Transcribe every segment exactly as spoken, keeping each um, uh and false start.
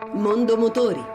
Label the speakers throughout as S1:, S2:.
S1: Mondo Motori.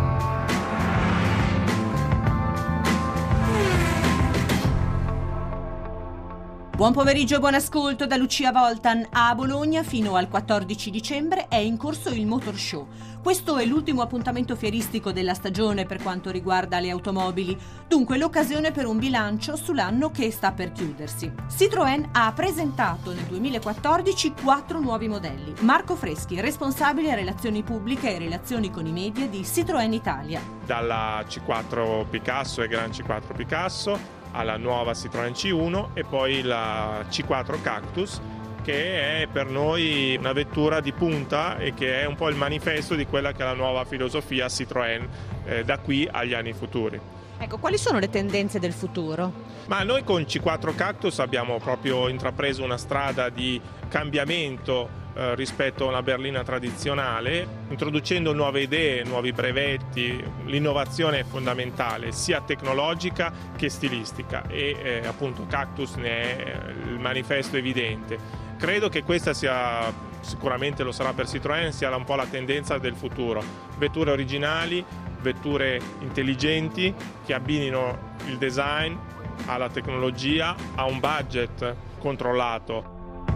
S2: Buon pomeriggio e buon ascolto da Lucia Voltan. A Bologna fino al quattordici dicembre è in corso il Motor Show. Questo è l'ultimo appuntamento fieristico della stagione per quanto riguarda le automobili, dunque l'occasione per un bilancio sull'anno che sta per chiudersi. Citroën ha presentato nel duemilaquattordici quattro nuovi modelli. Marco Freschi, responsabile relazioni pubbliche e relazioni con i media di Citroën Italia.
S3: Dalla C quattro Picasso e Gran C quattro Picasso alla nuova Citroën C uno e poi la C quattro Cactus, che è per noi una vettura di punta e che è un po' il manifesto di quella che è la nuova filosofia Citroën eh, da qui agli anni futuri.
S2: Ecco, quali sono le tendenze del futuro?
S3: Ma noi con C quattro Cactus abbiamo proprio intrapreso una strada di cambiamento eh, rispetto a una berlina tradizionale, introducendo nuove idee, nuovi brevetti. L'innovazione è fondamentale, sia tecnologica che stilistica, e eh, appunto Cactus ne è il manifesto evidente. Credo che questa sia, sicuramente lo sarà per Citroën, sia un po' la tendenza del futuro. Vetture originali, vetture intelligenti che abbinino il design alla tecnologia, a un budget controllato.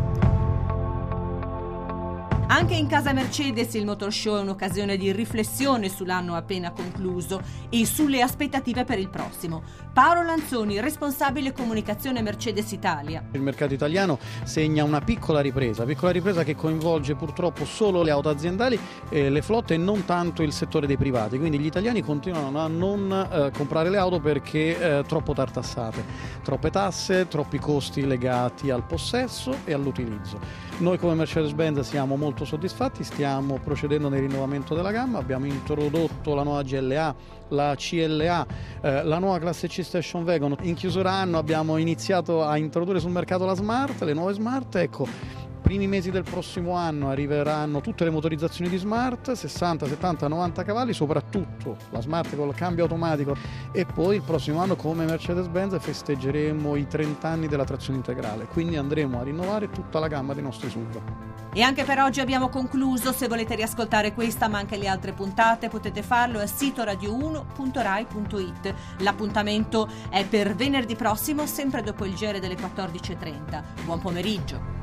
S2: Anche in casa Mercedes il Motor Show è un'occasione di riflessione sull'anno appena concluso e sulle aspettative per il prossimo. Paolo Lanzoni, responsabile comunicazione Mercedes Italia.
S4: Il mercato italiano segna una piccola ripresa, piccola ripresa che coinvolge purtroppo solo le auto aziendali, eh, le flotte e non tanto il settore dei privati, quindi gli italiani continuano a non eh, comprare le auto perché eh, troppo tartassate, troppe tasse, troppi costi legati al possesso e all'utilizzo. Noi come Mercedes-Benz siamo molto soddisfatti, stiamo procedendo nel rinnovamento della gamma, abbiamo introdotto la nuova G L A, la C L A, eh, la nuova classe C Station Wagon. In chiusura anno abbiamo iniziato a introdurre sul mercato la Smart, le nuove Smart, ecco. Primi mesi del prossimo anno arriveranno tutte le motorizzazioni di Smart, sessanta, settanta, novanta cavalli, soprattutto la Smart con il cambio automatico, e poi il prossimo anno come Mercedes-Benz festeggeremo i trenta anni della trazione integrale, quindi andremo a rinnovare tutta la gamma dei nostri S U V.
S2: E anche per oggi abbiamo concluso. Se volete riascoltare questa ma anche le altre puntate potete farlo a sito radio uno punto rai punto it. L'appuntamento è per venerdì prossimo, sempre dopo il G R delle quattordici e trenta. Buon pomeriggio.